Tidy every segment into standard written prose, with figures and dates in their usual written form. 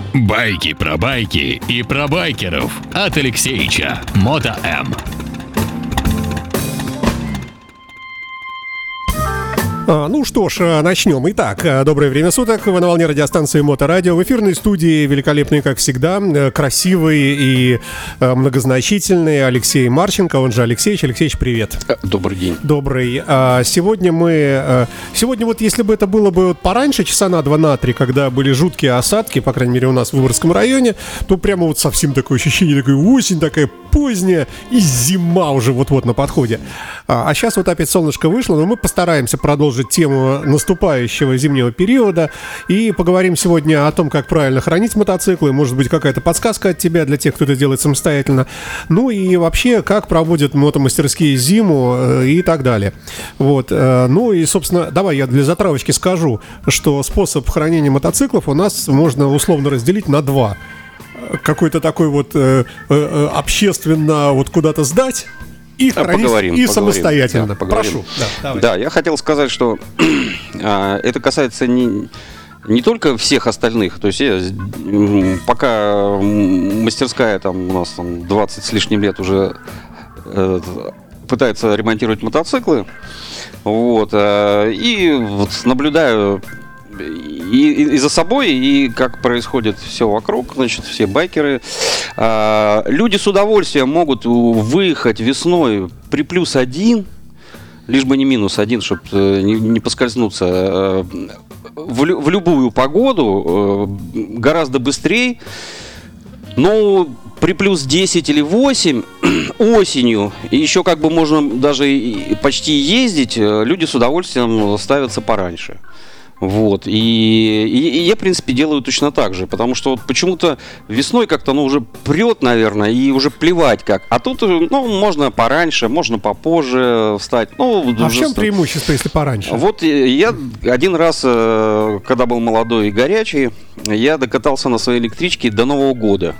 Байки про байки и про байкеров от Алексеича Мото М. Ну что ж, начнем. Итак, доброе время суток. Вы на волне радиостанции Моторадио. В эфирной студии великолепный, как всегда, красивый и многозначительный Алексей Марченко, он же Алексеич. Алексеич, привет. Добрый день. Добрый. Сегодня вот если бы это было бы пораньше, часа на 2, на 3, когда были жуткие осадки, по крайней мере у нас в Выборгском районе, то прямо вот совсем такое ощущение, такая осень, такая поздняя, и зима уже вот-вот на подходе. А сейчас вот опять солнышко вышло, но мы постараемся продолжить тему наступающего зимнего периода и поговорим сегодня о том, как правильно хранить мотоциклы. Может быть, какая-то подсказка от тебя для тех, кто это делает самостоятельно. Ну и вообще, как проводят мотомастерские зиму и так далее. Вот. Ну и, собственно, давай я для затравочки скажу, что способ хранения мотоциклов у нас можно условно разделить на 2. Какой-то такой вот общественно вот куда-то сдать и хранить, поговорим. Самостоятельно. Да, прошу. Да, я хотел сказать, что это касается не только всех остальных. То есть пока мастерская там у нас 20 с лишним лет уже пытается ремонтировать мотоциклы, вот, и вот наблюдаю и за собой, и как происходит все вокруг, значит, все байкеры. Люди с удовольствием могут выехать весной при +1, лишь бы не -1, чтобы не поскользнуться, в любую погоду, гораздо быстрее. Но при +10 или 8 осенью, и еще как бы можно даже почти ездить, люди с удовольствием ставятся пораньше. Вот, и я, в принципе, делаю точно так же, потому что вот почему-то весной как-то, уже прет, наверное, и уже плевать как. А тут, можно пораньше, можно попозже встать. А в чем преимущество, если пораньше? Вот я один раз, когда был молодой и горячий, я докатался на своей электричке до Нового года.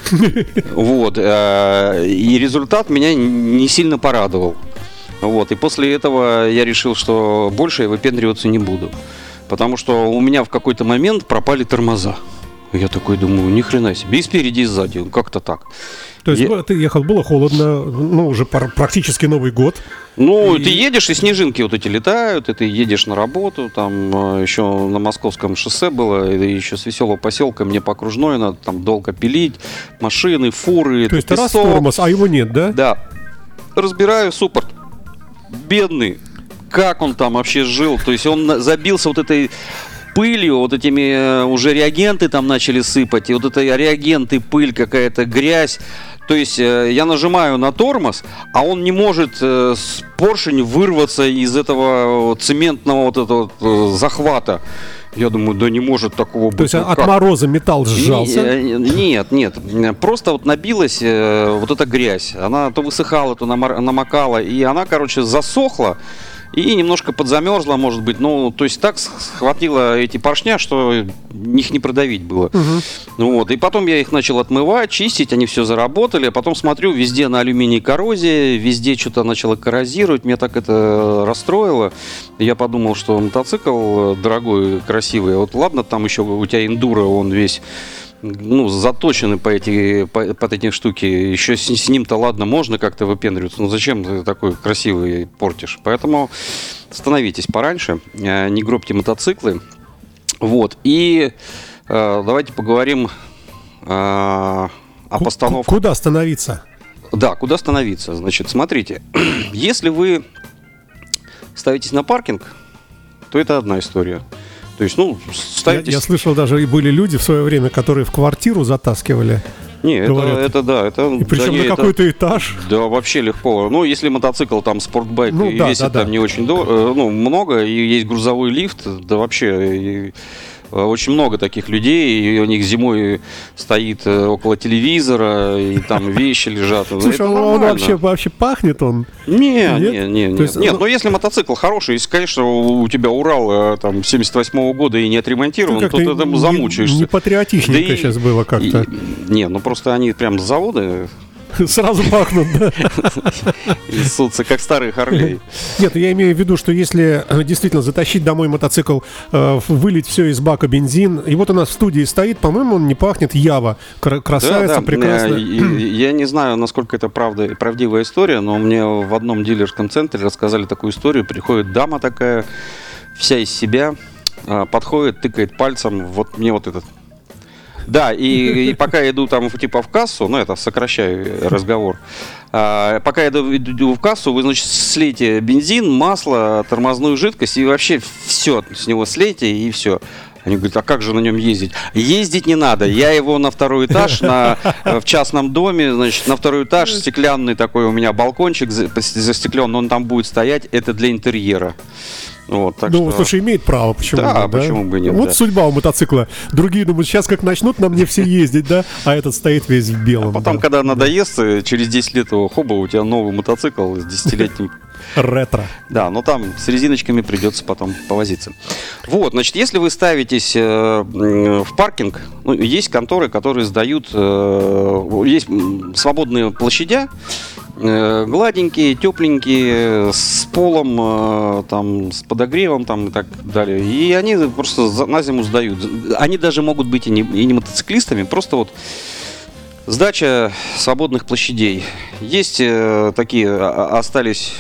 Вот, и результат меня не сильно порадовал. Вот, и после этого я решил, что больше я выпендриваться не буду. Потому что у меня в какой-то момент пропали тормоза. Я такой думаю, ни хрена себе. И спереди, и сзади. Как-то так. То есть ты ехал, было холодно, уже практически Новый год. Ты едешь, и снежинки вот эти летают, и ты едешь на работу. Там еще на Московском шоссе было, и еще с Веселого поселка мне по окружной надо там долго пилить. Машины, фуры, то есть раз тормоз, а его нет, да? Да. Разбираю суппорт. Бедный. Как он там вообще жил? То есть он забился вот этой пылью, вот этими уже реагенты там начали сыпать, и вот это реагенты, пыль, какая-то грязь. То есть я нажимаю на тормоз, а он не может поршень вырваться из этого цементного вот этого захвата. Я думаю, да не может такого быть. То есть от мороза металл сжался? Нет. Просто вот набилась вот эта грязь. Она то высыхала, то намокала. И она, засохла. И немножко подзамерзла, может быть. То есть так схватило эти поршня, что их не продавить было. Вот. И потом я их начал отмывать, чистить, они все заработали. А потом смотрю, везде на алюминии коррозия, везде что-то начало коррозировать. Меня так это расстроило. Я подумал, что мотоцикл дорогой, красивый. Вот ладно, там еще у тебя эндуро, он весь... заточены под эти штуки. Еще с ним-то ладно, можно как-то выпендриваться. Но зачем ты такой красивый портишь? Поэтому становитесь пораньше, не гробьте мотоциклы. Вот. И давайте поговорим о постановке. Куда становиться? Да, куда становиться? Значит, смотрите. Если вы ставитесь на паркинг, то это одна история. То есть, ставитесь... Я слышал, даже и были люди в свое время, которые в квартиру затаскивали. Не, это... И причем на какой-то этаж. Да, вообще легко. Если мотоцикл там спортбайк и весит там не очень много, и есть грузовой лифт, да вообще... Очень много таких людей, и у них зимой стоит около телевизора, и там вещи лежат. Слушай, он вообще пахнет он? Нет. Но если мотоцикл хороший, если, конечно, у тебя Урал там 78-го года и не отремонтирован, то ты там замучаешься. Не патриотичненько сейчас было как-то. Просто они прям с завода Сразу пахнут, да. И ссутся, как старые Харлей. Нет, я имею в виду, что если действительно затащить домой мотоцикл, вылить все из бака бензин, и вот у нас в студии стоит, по-моему, он не пахнет, Ява. Красавица, прекрасная. Я не знаю, насколько это правдивая история, но мне в одном дилерском центре рассказали такую историю. Приходит дама такая, вся из себя, подходит, тыкает пальцем, вот мне вот этот. Да, и пока я иду там типа в кассу, это сокращаю разговор, пока я иду в кассу, вы, значит, слейте бензин, масло, тормозную жидкость и вообще все с него слейте и все. Они говорят, а как же на нем ездить? Ездить не надо. Я его на второй этаж, в частном доме, значит, на второй этаж, стеклянный такой у меня балкончик застекленный, он там будет стоять, это для интерьера. Вот, так ну, что... слушай, имеет право, почему да, нет, да? Почему бы нет, вот да. Судьба у мотоцикла. Другие думают, сейчас как начнут на мне все ездить, да, а этот стоит весь в белом. А потом, да. когда надоест, через 10 лет его хоба, у тебя новый мотоцикл с 10-летним... Ретро. Да, но там с резиночками придется потом повозиться. Вот, значит, если вы ставитесь в паркинг, есть конторы, которые сдают, есть свободные площадя, гладенькие, тепленькие, с полом, там, с подогревом там, и так далее. И они просто на зиму сдают. Они даже могут быть и не мотоциклистами, просто вот сдача свободных площадей. Есть такие, остались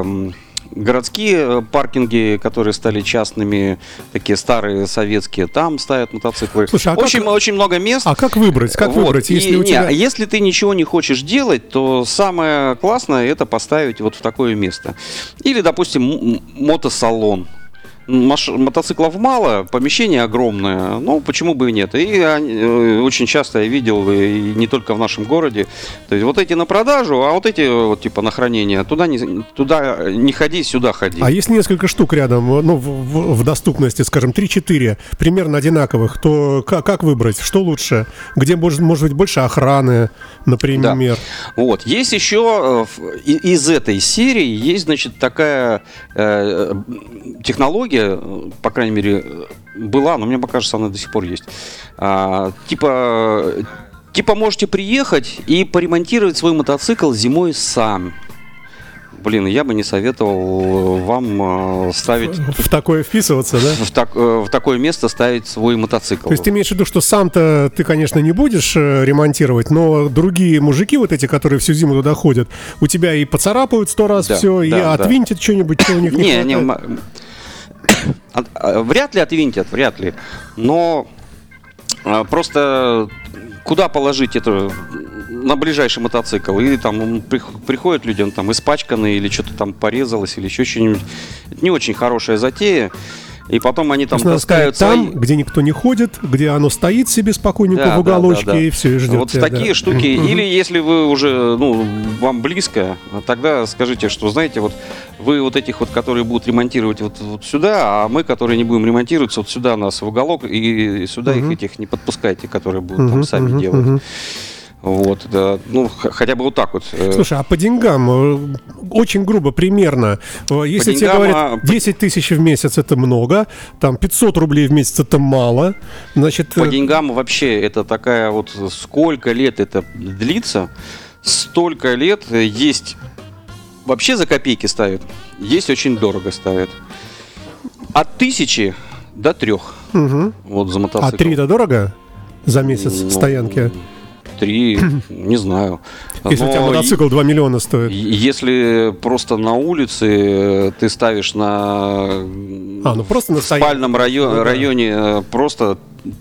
городские паркинги, которые стали частными, такие старые советские, там ставят мотоциклы. Слушай, очень много мест. А как выбрать? Как выбрать, если у тебя... Если ты ничего не хочешь делать, то самое классное это поставить вот в такое место. Или, допустим, мотосалон. Мотоциклов мало, помещение огромное, почему бы и нет. И очень часто я видел, и не только в нашем городе, то есть вот эти на продажу, а вот эти вот типа на хранение, туда не ходи, сюда ходи. А есть несколько штук рядом, в доступности, скажем, 3-4, примерно одинаковых, то как выбрать, что лучше? Где может быть больше охраны, например? Да. Вот, есть еще из этой серии, есть, значит, такая технология, по крайней мере, была, но мне покажется, она до сих пор есть. Типа можете приехать и поремонтировать свой мотоцикл зимой сам. Блин, я бы не советовал вам ставить... В такое вписываться, да? В такое место ставить свой мотоцикл. То есть ты имеешь в виду, что сам-то ты, конечно, не будешь ремонтировать, но другие мужики вот эти, которые всю зиму туда ходят, у тебя и поцарапают 100 раз все, и отвинтят что-нибудь, что у них не хватает. Вряд ли отвинтят, вряд ли. Но просто куда положить это на ближайший мотоцикл? Или там приходят люди, он там испачканный, или что-то там порезалось, или еще что-нибудь. Это не очень хорошая затея. И потом они там таскают там, где никто не ходит, где оно стоит себе спокойненько в уголочке, и все, и ждет. Вот тебя, такие штуки. Или если вы уже, вам близко, тогда скажите, что, знаете, вот вы вот этих вот, которые будут ремонтировать вот сюда, а мы, которые не будем ремонтироваться, вот сюда нас в уголок, и сюда их этих не подпускайте, которые будут там сами делать. Вот, да, хотя бы вот так вот. Слушай, а по деньгам, очень грубо, примерно, если тебе говорят 10 тысяч в месяц это много, там 500 рублей в месяц это мало, значит... По деньгам вообще это такая вот, сколько лет это длится, столько лет есть, вообще за копейки ставят, есть очень дорого ставят. От 1000 до 3 вот за мотоцикл. А 3 это дорого за месяц стоянки? 3, не знаю. Если у тебя мотоцикл 2 миллиона стоит. Если просто на улице ты ставишь просто на спальном районе просто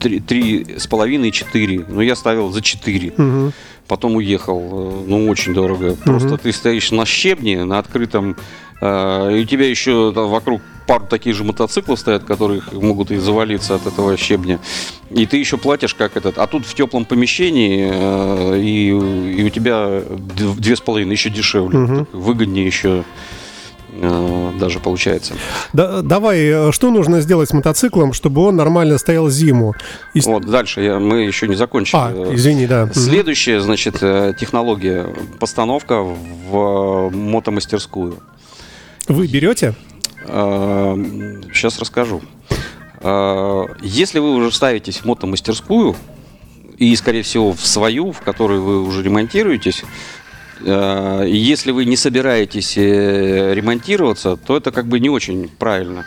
3,5-4. Я ставил за 4. Потом уехал. Очень дорого. Просто ты стоишь на щебне, на открытом, и у тебя еще вокруг пару таких же мотоциклов стоят, которые могут и завалиться от этого щебня. И ты еще платишь как этот. А тут в теплом помещении, и у тебя 2,5, еще дешевле. Выгоднее еще даже получается. Давай, что нужно сделать с мотоциклом, чтобы он нормально стоял зиму? Вот, дальше мы еще не закончили. Извини, да. Следующая, значит, технология. Постановка в мотомастерскую. Вы берете? Сейчас расскажу. Если вы уже ставитесь в мотомастерскую, и, скорее всего, в свою, в которой вы уже ремонтируетесь, Если вы не собираетесь ремонтироваться, то это как бы не очень правильно.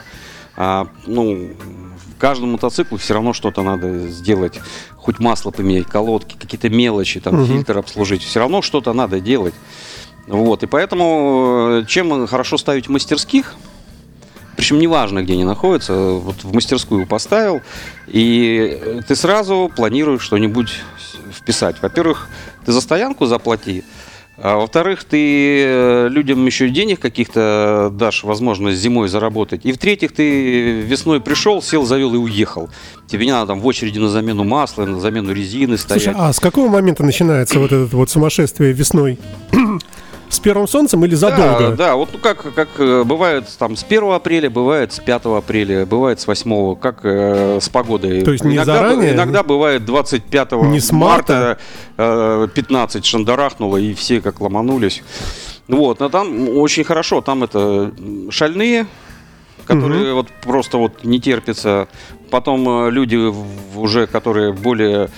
Каждому мотоциклу все равно что-то надо сделать. Хоть масло поменять, колодки, какие-то мелочи, там, фильтр обслужить. Все равно что-то надо делать. Вот. И поэтому, чем хорошо ставить в мастерских, причем неважно, где они находятся, вот в мастерскую поставил, и ты сразу планируешь что-нибудь вписать. Во-первых, ты за стоянку заплати, а во-вторых, ты людям еще денег каких-то дашь возможность зимой заработать. И в-третьих, ты весной пришел, сел, завел и уехал. Тебе не надо там в очереди на замену масла, на замену резины стоять. Слушай, а с какого момента начинается вот это вот сумасшествие весной? С первым солнцем или задолго? Да, вот как бывает там с 1 апреля, бывает с 5 апреля, бывает с 8, как с погодой. То есть не заранее? Иногда бывает 25 не с марта 15 шандарахнуло, и все как ломанулись. Вот, но там очень хорошо, там это шальные, которые вот просто вот не терпятся. Потом люди уже, которые более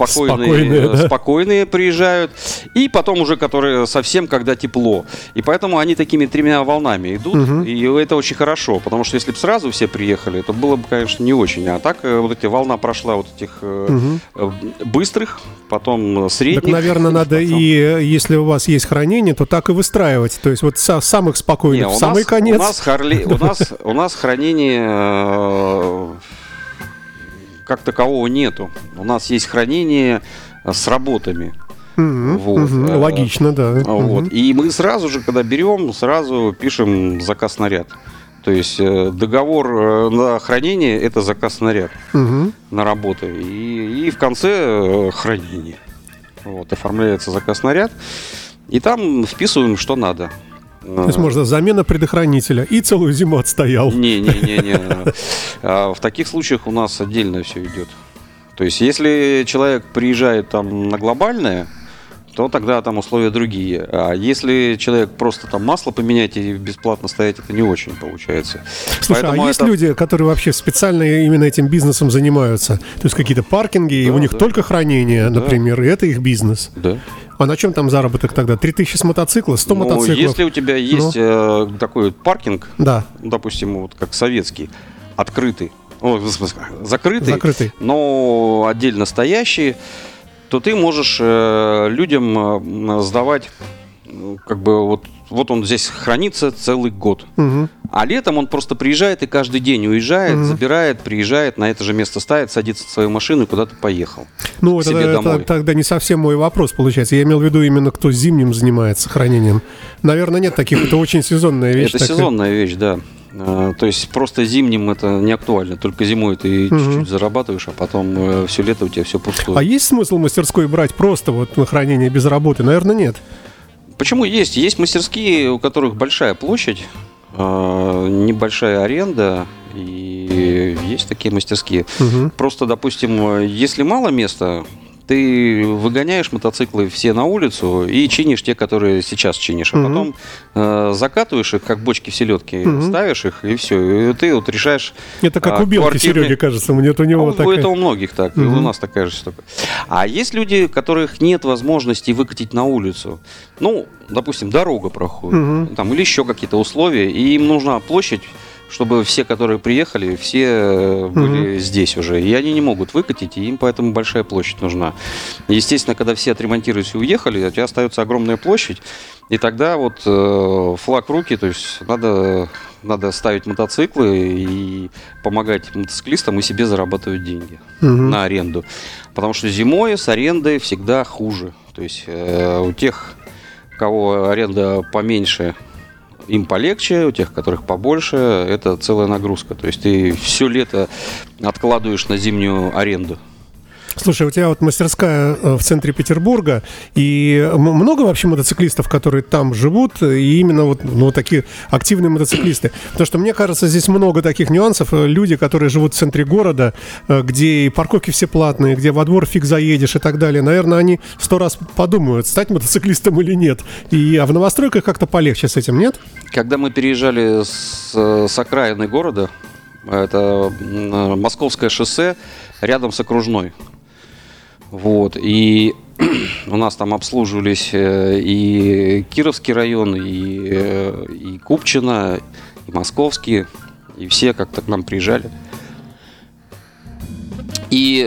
спокойные приезжают. И потом уже, которые совсем, когда тепло. И поэтому они такими 3 волнами идут. И это очень хорошо. Потому что если бы сразу все приехали, то было бы, конечно, не очень. А так вот эти волна прошла вот этих быстрых, потом средних. Так, наверное, надо и если у вас есть хранение, то так и выстраивать. То есть вот самых спокойных в самый конец. У нас хранение... как такового нету. У нас есть хранение с работами. Логично, да. Вот. И мы сразу же, когда берем, сразу пишем заказ снаряд. То есть договор на хранение — это заказ снаряд на работу. И в конце хранение. Вот, оформляется заказ снаряд. И там вписываем, что надо. То есть можно замена предохранителя и целую зиму отстоял. Не. В таких случаях у нас отдельно все идет. То есть если человек приезжает там на глобальное, то тогда там условия другие. А если человек просто там масло поменять и бесплатно стоять, это не очень получается. Слушай, поэтому есть люди, которые вообще специально именно этим бизнесом занимаются? То есть какие-то паркинги, и у них только хранение, например, и это их бизнес. Да. А на чем там заработок тогда? 3000 с мотоцикла, 100 мотоциклов? Если у тебя есть такой паркинг, допустим, вот как советский, открытый, закрытый, но отдельно стоящий, то ты можешь людям сдавать, как бы вот он здесь хранится целый год. А летом он просто приезжает и каждый день уезжает, забирает, приезжает, на это же место ставит, садится в свою машину и куда-то поехал. Ну, это тогда не совсем мой вопрос получается. Я имел в виду именно, кто зимним занимается хранением. Наверное, нет таких. Это очень сезонная вещь. Это сезонная вещь, да. То есть просто зимним это не актуально. Только зимой ты чуть-чуть зарабатываешь, а потом все лето у тебя все пустое. А есть смысл мастерской брать просто вот на хранение без работы? Наверное, нет. Почему есть? Есть мастерские, у которых большая площадь, небольшая аренда, и есть такие мастерские. Просто, допустим, если мало места, ты выгоняешь мотоциклы все на улицу и чинишь те, которые сейчас чинишь. А потом закатываешь их, как бочки в селедке, ставишь их, и все. И ты вот решаешь... Это как у Белки Сереги, кажется. Нет, у него такая... Это у многих так. И у нас такая же штука. А есть люди, у которых нет возможности выкатить на улицу. Ну, допустим, дорога проходит. Там, или еще какие-то условия. И им нужна площадь, чтобы все, которые приехали, все были здесь уже. И они не могут выкатить, и им поэтому большая площадь нужна. Естественно, когда все отремонтировались и уехали, у тебя остается огромная площадь, и тогда вот флаг в руки, то есть надо ставить мотоциклы и помогать мотоциклистам и себе зарабатывать деньги на аренду. Потому что зимой с арендой всегда хуже. То есть у тех, у кого аренда поменьше, им полегче, у тех, которых побольше, это целая нагрузка. То есть ты все лето откладываешь на зимнюю аренду. Слушай, у тебя вот мастерская в центре Петербурга, и много вообще мотоциклистов, которые там живут, и именно вот такие активные мотоциклисты? Потому что, мне кажется, здесь много таких нюансов. Люди, которые живут в центре города, где и парковки все платные, где во двор фиг заедешь и так далее, наверное, они 100 раз подумают, стать мотоциклистом или нет. А в новостройках как-то полегче с этим, нет? Когда мы переезжали с окраины города, это Московское шоссе рядом с Окружной. Вот. И у нас там обслуживались и Кировский район, и Купчино, и Московский, и все как-то к нам приезжали. И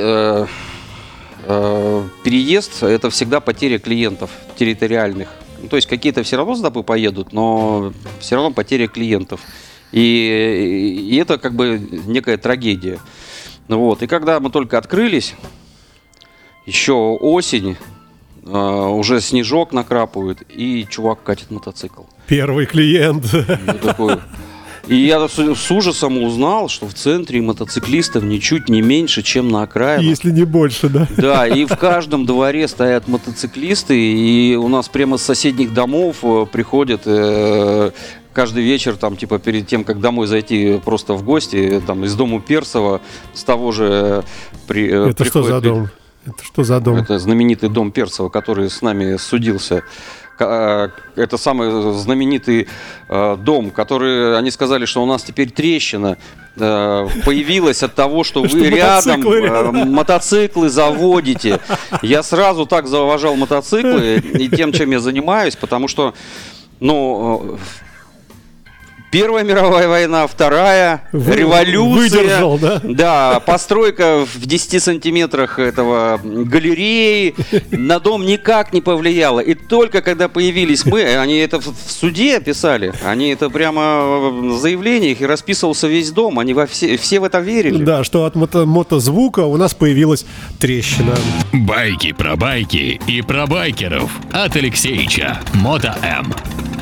переезд – это всегда потеря клиентов территориальных. Ну, то есть какие-то все равно с тобой поедут, но все равно потеря клиентов. И это как бы некая трагедия. Вот. И когда мы только открылись, еще осень, уже снежок накрапывает, и чувак катит мотоцикл. Первый клиент. И я с ужасом узнал, что в центре мотоциклистов ничуть не меньше, чем на окраинах. Если не больше, да. Да, и в каждом дворе стоят мотоциклисты, и у нас прямо с соседних домов приходят каждый вечер, там, типа, перед тем, как домой зайти просто в гости, там, из дома Персова, с того же Это что за дом? Это что за дом? Это знаменитый дом Персова, который с нами судился. Это самый знаменитый дом, который, они сказали, что у нас теперь трещина появилась от того, что вы рядом мотоциклы заводите. Я сразу так зауважал мотоциклы и тем, чем я занимаюсь, потому что, ну, Первая мировая война, Вторая, революция. Выдержал, да? Да, постройка в 10 сантиметрах этого галереи на дом никак не повлияла. И только когда появились мы, они это в суде писали, они это прямо в заявлениях, и расписывался весь дом, они все в это верили. Да, что от мотозвука у нас появилась трещина. Байки про байки и про байкеров от Алексеича. Мото М.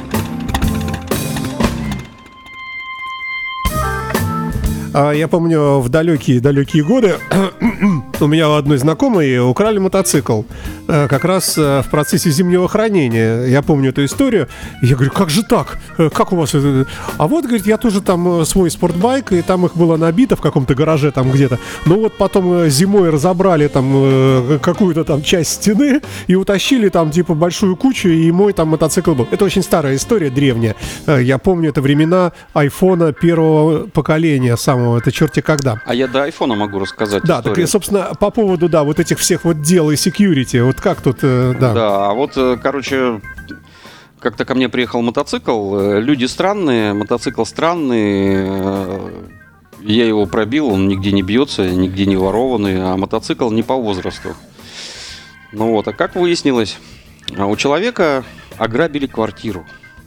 Я помню, в далекие годы у меня у одной знакомой украли мотоцикл. Как раз в процессе зимнего хранения. Я помню эту историю. Я говорю, как же так? Как у вас это? А вот, говорит, я тоже там свой спортбайк, и там их было набито в каком-то гараже там где-то. Ну вот потом зимой разобрали там какую-то там часть стены и утащили там типа большую кучу, и мой там мотоцикл был. Это очень старая история, древняя. Я помню, это времена айфона первого поколения самого. Это черти когда. А я до айфона могу рассказать да, историю. Так, собственно, по поводу, да, вот этих всех вот дел и security, вот как тут, да. Да, а вот, короче, как-то ко мне приехал мотоцикл, люди странные, мотоцикл странный, я его пробил, он нигде не бьется, нигде не ворованный, а мотоцикл не по возрасту. Ну вот, а как выяснилось, у человека ограбили квартиру,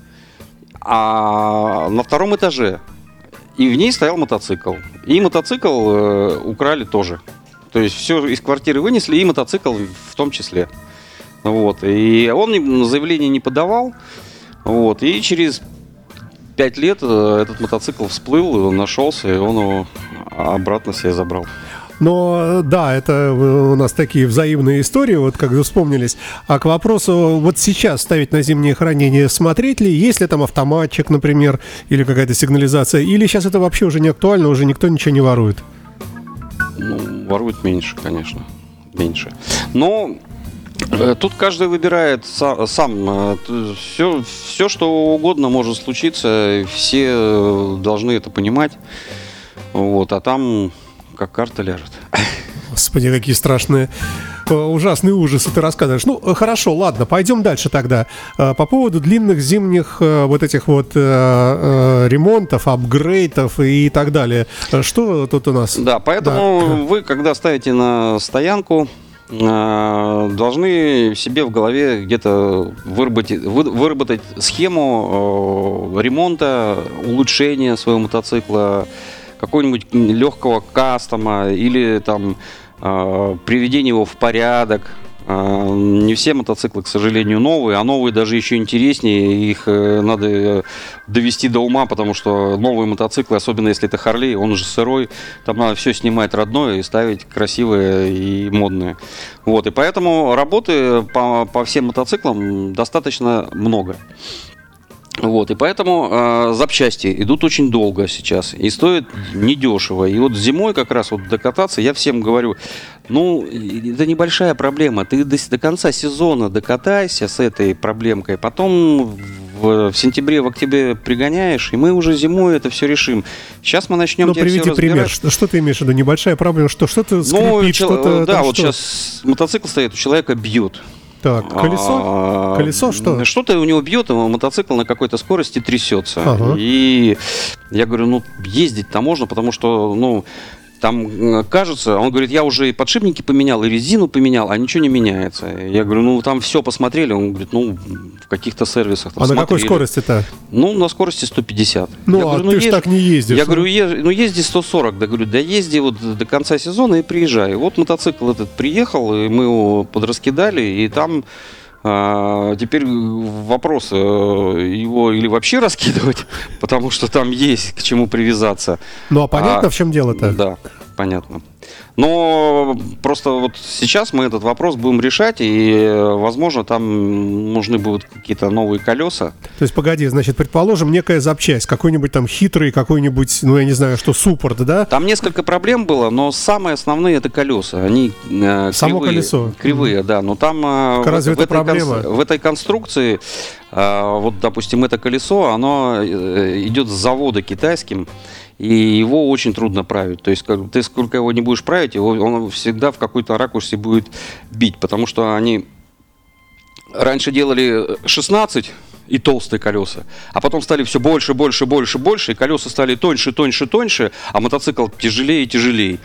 а на втором этаже, и в ней стоял мотоцикл, и мотоцикл украли тоже. То есть все из квартиры вынесли, и мотоцикл в том числе. Вот. И он заявление не подавал. Вот. И через 5 лет этот мотоцикл всплыл, он нашелся, и он его обратно себе забрал. Но да, это у нас такие взаимные истории, вот как вспомнились. А к вопросу, вот сейчас ставить на зимнее хранение, смотреть ли, есть ли там автоматчик, например, или какая-то сигнализация, или сейчас это вообще уже не актуально, уже никто ничего не ворует? Ну, воруют меньше, конечно, меньше. Но тут каждый выбирает сам. Все, что угодно может случиться, все должны это понимать. Вот, а там как карта ляжет. Господи, какие страшные, ужасные ужасы ты рассказываешь. Ну, хорошо, ладно, пойдем дальше тогда. По поводу длинных зимних вот этих вот ремонтов, апгрейдов и так далее. Что тут у нас? Да, поэтому вы, когда ставите на стоянку, должны себе в голове где-то выработать схему ремонта, улучшения своего мотоцикла, какого-нибудь легкого кастома или там приведение его в порядок. Не все мотоциклы, к сожалению, новые, а новые даже еще интереснее. Их надо довести до ума, потому что новые мотоциклы, особенно если это Harley, он уже сырой, там надо все снимать родное и ставить красивые и модные. Вот, и поэтому работы по всем мотоциклам достаточно много. Вот, и поэтому запчасти идут очень долго сейчас и стоят недешево. И вот зимой как раз вот докататься, я всем говорю, ну, это небольшая проблема. Ты до конца сезона докатайся с этой проблемкой, потом в сентябре, в октябре пригоняешь, и мы уже зимой это все решим. Сейчас мы начнем Ну, тебя все приведи пример. разбирать. Что ты имеешь в виду? Небольшая проблема, что что-то Ну, скрипит, что-то да, там вот что? сейчас мотоцикл стоит, у человека бьет. Так, колесо? Колесо что? Что-то у него бьет, и мотоцикл на какой-то скорости трясется. Ага. И я говорю, ну, ездить-то можно, потому что, ну, там кажется, он говорит, я уже и подшипники поменял, и резину поменял, а ничего не меняется. Я говорю, ну, там все посмотрели. Он говорит, ну, в каких-то сервисах там А на какой смотрели. скорости-то? Ну, на скорости 150. Ну, Я а говорю, ты ж так не ездишь. Я говорю, езди 140. Да, говорю, да езди вот до конца сезона и приезжай. Вот мотоцикл этот приехал, и мы его подраскидали, и там теперь вопрос, его или вообще раскидывать, потому что там есть к чему привязаться. Ну, а понятно, в чем дело-то? Да, понятно. Но просто вот сейчас мы этот вопрос будем решать, и, возможно, там нужны будут какие-то новые колеса. То есть, погоди, значит, предположим, некая запчасть, какой-нибудь там хитрый, какой-нибудь, ну, я не знаю, что, суппорт, да? Там несколько проблем было, но самые основные — это колеса. Они Само кривые, колесо. кривые, да. Но там Разве это проблема? в этой конструкции, вот, допустим, это колесо, оно идет с завода китайским, и его очень трудно править. То есть, ты сколько его не будешь править, он всегда в какой-то ракурсе будет бить, потому что они раньше делали 16 и толстые колеса, а потом стали все больше, больше, больше, больше, и колеса стали тоньше, тоньше, тоньше, а мотоцикл тяжелее и тяжелее.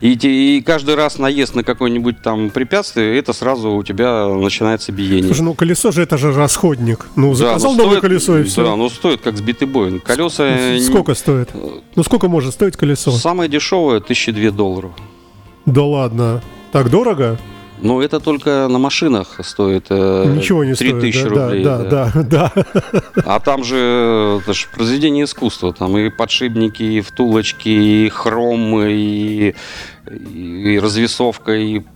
И каждый раз наезд на какое-нибудь там препятствие, это сразу у тебя начинается биение. Слушай, ну, колесо же, это же расходник. Ну, Да, заказал ну, новое стоит- колесо, и все. Да, ну стоит как сбитый Боинг. Колеса Сколько стоит? Ну, сколько может стоить колесо? самое дешевое $1002. Да ладно. Так дорого? Ну, это только на машинах стоит Ничего не 3000 стоит. Да, рублей. да. А там же это ж произведение искусства. Там и подшипники, и втулочки, и хром, и развесовка,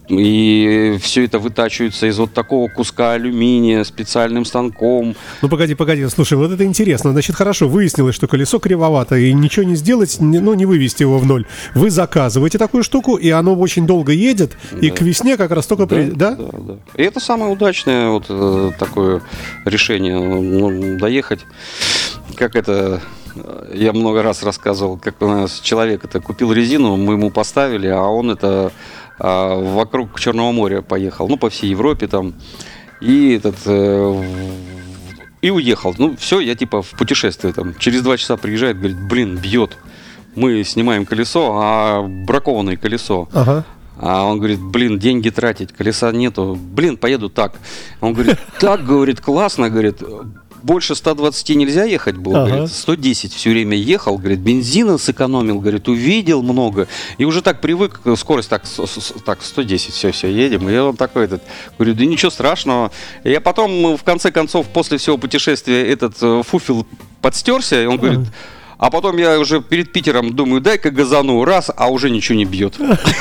и все это вытачивается из вот такого куска алюминия специальным станком. Ну, погоди, слушай, вот это интересно. Значит, хорошо, выяснилось, что колесо кривовато, и ничего не сделать, ну, не вывести его в ноль. Вы заказываете такую штуку, и оно очень долго едет, и к весне как раз только... Да? Да. И это самое удачное вот такое решение. Ну, доехать, как это... Я много раз рассказывал, как у нас человек это купил резину, мы ему поставили, а он это вокруг Черного моря поехал, ну, по всей Европе там, и и уехал. Ну, все, я типа в путешествие там. Через 2 часа приезжает, говорит, блин, бьет. Мы снимаем колесо, а бракованное колесо. Ага. А он говорит, блин, деньги тратить, колеса нету. Блин, поеду так. Он говорит, так, говорит, классно, говорит, больше 120 нельзя ехать было, говорит, 110 все время ехал, говорит, бензина сэкономил, говорит, увидел много. И уже так привык, скорость так 110, все, едем. И он такой говорит, да ничего страшного. И я потом, в конце концов, после всего путешествия этот фуфел подстерся, и он говорит, а потом я уже перед Питером думаю, дай-ка газану, раз, а уже ничего не бьет.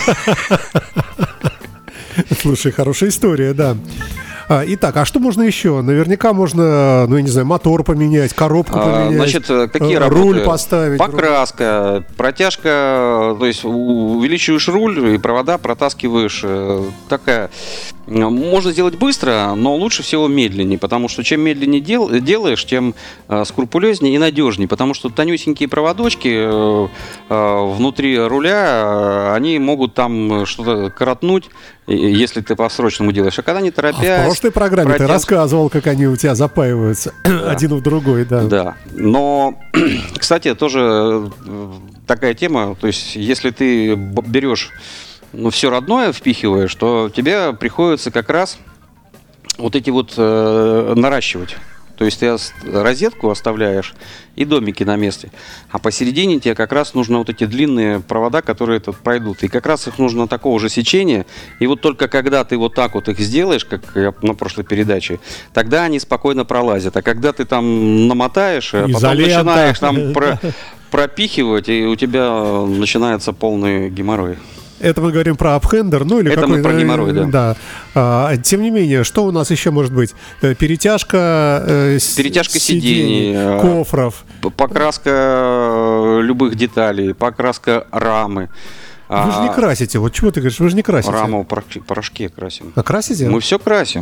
Слушай, хорошая история, да. Итак, а что можно еще? Наверняка можно, ну, я не знаю, мотор поменять, коробку поменять. Значит, какие работы? Руль поставить. Покраска, протяжка, то есть увеличиваешь руль и провода протаскиваешь. Такая. Можно сделать быстро, но лучше всего медленнее, потому что чем медленнее делаешь, тем скрупулезнее и надежнее, потому что тонюсенькие проводочки внутри руля, они могут там что-то коротнуть, если ты по-срочному делаешь. А когда не торопясь... В прошлой программе ты рассказывал, как они у тебя запаиваются один в другой, да. Да, но, кстати, тоже такая тема, то есть если ты берешь, ну, все родное впихиваешь, то тебе приходится как раз вот эти вот наращивать. То есть ты розетку оставляешь и домики на месте. А посередине тебе как раз нужно вот эти длинные провода, которые пройдут. И как раз их нужно такого же сечения. И вот только когда ты вот так вот их сделаешь, как я на прошлой передаче, тогда они спокойно пролазят. А когда ты там намотаешь, потом начинаешь там пропихивать, и у тебя начинается полный геморрой. Это мы говорим про апхендер, ну или это какой-то... мы про геморрой, да. Тем не менее, что у нас еще может быть? Перетяжка сидений, кофров. Покраска любых деталей, покраска рамы. Вы же не красите, вот чего ты говоришь, вы же не красите. Раму в порошке красим. А красите? Мы все красим.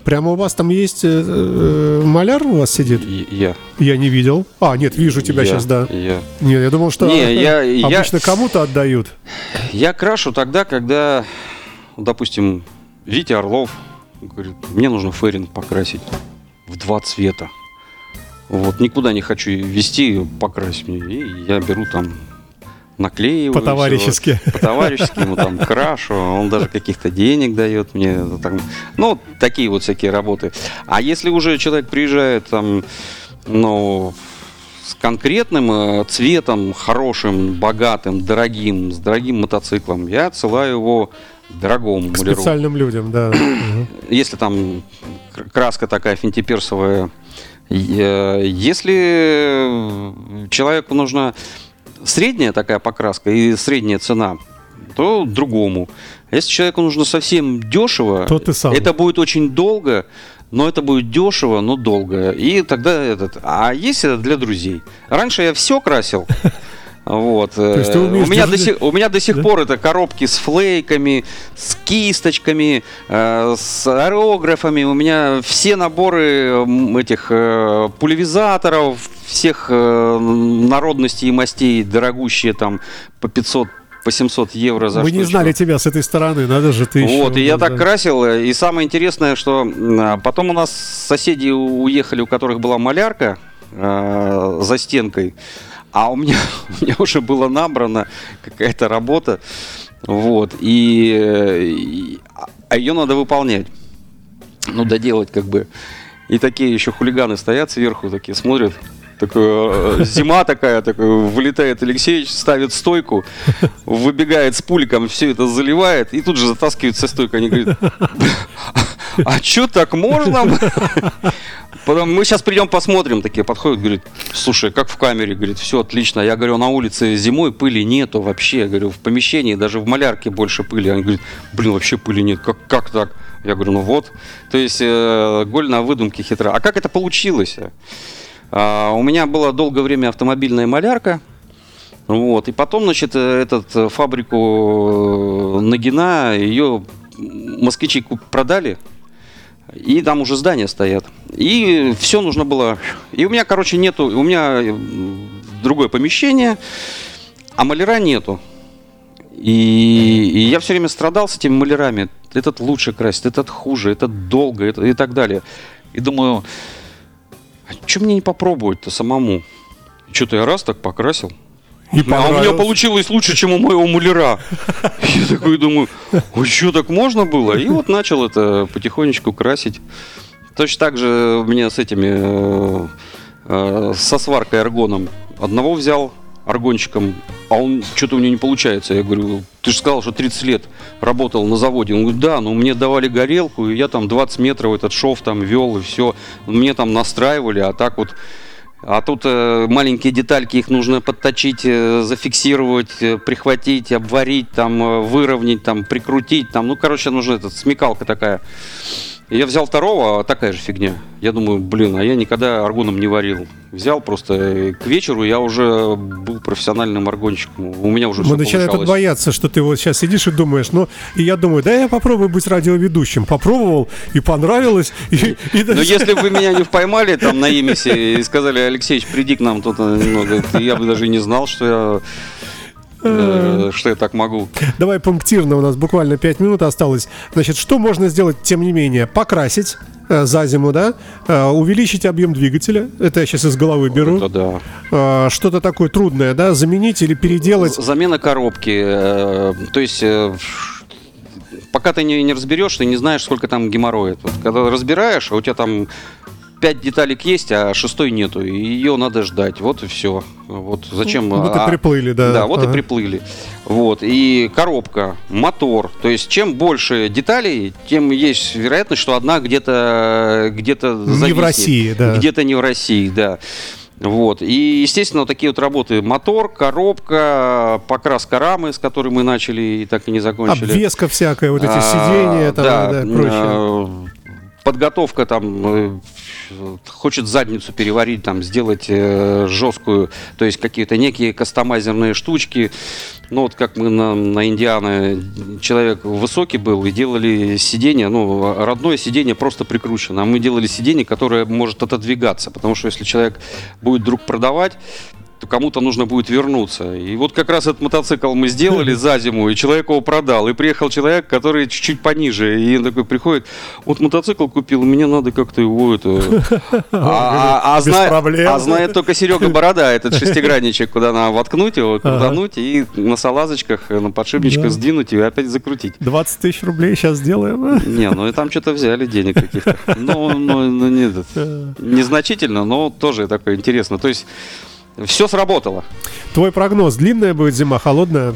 прямо у вас там есть маляр у вас сидит? Я не видел. Нет, вижу тебя сейчас, да. Нет, я думал, что обычно кому-то отдают. Я крашу тогда, когда, допустим, Витя Орлов говорит, мне нужно фэринг покрасить в 2 цвета. Вот, никуда не хочу везти, покрасить мне. И я беру там, наклеиваю. По-товарищески. По-товарищески ему там крашу. Он даже каких-то денег дает мне. Там, ну, такие вот всякие работы. А если уже человек приезжает там, ну, с конкретным цветом, хорошим, богатым, дорогим, с дорогим мотоциклом, я отсылаю его дорогому к маляру. Специальным людям, да. Если там краска такая финтиперсовая. Если человеку нужна средняя такая покраска и средняя цена, то другому. Если человеку нужно совсем дешево, то ты сам. Это будет очень долго, но это будет дешево, но долго. И тогда А есть это для друзей. Раньше я все красил. Вот. У меня до сих пор это коробки с флейками, с кисточками, с аэрографами. У меня все наборы этих пульверизаторов, всех народностей и мастей, дорогущие там по 500, по 700 евро за Мы штучку. не знали тебя с этой стороны, надо же ты еще. Вот, и я так красил, и самое интересное, что потом у нас соседи уехали, у которых была малярка за стенкой. А у меня уже была набрана какая-то работа, вот, и ее надо выполнять, ну, доделать как бы. И такие еще хулиганы стоят сверху, такие смотрят, зима такая, вылетает Алексеевич, ставит стойку, выбегает с пуликом, все это заливает, и тут же затаскивает со стойкой. Они говорят, а что так можно? Потом мы сейчас придем посмотрим, такие подходят, говорят, слушай, как в камере, говорит, все отлично. Я говорю, на улице зимой пыли нету вообще, я говорю, в помещении, даже в малярке больше пыли. Они говорят, вообще пыли нет, как так? Я говорю, ну вот, то есть голь на выдумке хитра. А как это получилось? У меня была долгое время автомобильная малярка, вот, и потом, значит, фабрику Нагина, ее москвичи продали. И там уже здания стоят. И все нужно было. И у меня, короче, нету. У меня другое помещение, а маляра нету. И я все время страдал с этими малярами. Этот лучше красит, этот хуже, этот долго, и так далее. И думаю, а что мне не попробовать-то самому? Что-то я раз так покрасил. А у меня получилось лучше, чем у моего маляра. Я такой думаю, ой, что так можно было? И вот начал это потихонечку красить. Точно так же у меня с этими, со сваркой аргоном. Одного взял аргончиком, а он что-то у него не получается. Я говорю, ты же сказал, что 30 лет работал на заводе. Он говорит, да, но мне давали горелку, и я там 20 метров этот шов там вел, и все. Мне там настраивали, а так вот. А тут маленькие детальки, их нужно подточить, зафиксировать, прихватить, обварить, там, выровнять, там, прикрутить. Там, ну, короче, нужна смекалка такая. И я взял второго, такая же фигня. Я думаю, а я никогда аргоном не варил. Взял просто, к вечеру я уже был профессиональным аргонщиком. У меня уже все получалось. Мы начинаем бояться, что ты вот сейчас сидишь и думаешь, и я думаю, да я попробую быть радиоведущим. Попробовал, и понравилось. Но если бы вы меня не поймали там на Имисе и сказали, Алексеевич, приди к нам тут немного, я бы даже не знал, что я так могу. Давай пунктирно, у нас буквально 5 минут осталось. Значит, что можно сделать, тем не менее? Покрасить за зиму, да? Увеличить объем двигателя. Это я сейчас из головы беру. Это да. Что-то такое трудное, да? Заменить или переделать. Замена коробки. То есть пока ты не разберешь, ты не знаешь, сколько там геморроя. Вот, когда разбираешь, а у тебя там 5 деталек есть, а 6 нету. И ее надо ждать. Вот и все. Вот зачем? Вот и приплыли, да. Да, вот и приплыли. Вот. И коробка, мотор. То есть, чем больше деталей, тем есть вероятность, что одна где-то зависнет. Не в России, да. Где-то не в России, да. Вот. И, естественно, вот такие вот работы. Мотор, коробка, покраска рамы, с которой мы начали и так и не закончили. Обвеска всякая, вот эти сиденья, там, да, прочее. подготовка там хочет задницу переварить, там сделать жесткую, то есть какие-то некие кастомайзерные штучки. Ну вот как мы на Индиана, человек высокий был и делали сиденье, ну родное сиденье просто прикручено, а мы делали сиденье, которое может отодвигаться, потому что если человек будет вдруг продавать, то кому-то нужно будет вернуться. И вот как раз этот мотоцикл мы сделали за зиму, и человек его продал. И приехал человек, который чуть-чуть пониже. И он такой приходит, вот мотоцикл купил, мне надо как-то его знает только Серега Борода, этот шестигранничек, куда надо воткнуть его, крутануть, и на салазочках, на подшипничках сдвинуть и опять закрутить. 20 тысяч рублей сейчас сделаем. Не, ну и там что-то взяли денег каких-то. Ну, незначительно, но тоже такое интересно. То есть все сработало. Твой прогноз: длинная будет зима, холодная?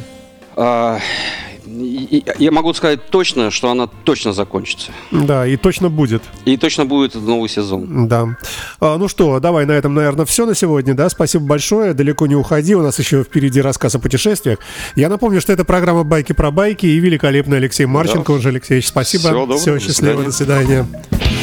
Я могу сказать точно, что она точно закончится. Да, и точно будет. И точно будет новый сезон. Да. Ну что, давай на этом, наверное, все на сегодня. Да, спасибо большое. Далеко не уходи. У нас еще впереди рассказ о путешествиях. Я напомню, что это программа «Байки про байки» и великолепный Алексей Марченко, он же Алексеевич. Спасибо. Всего доброго. Все, счастливо. До свидания.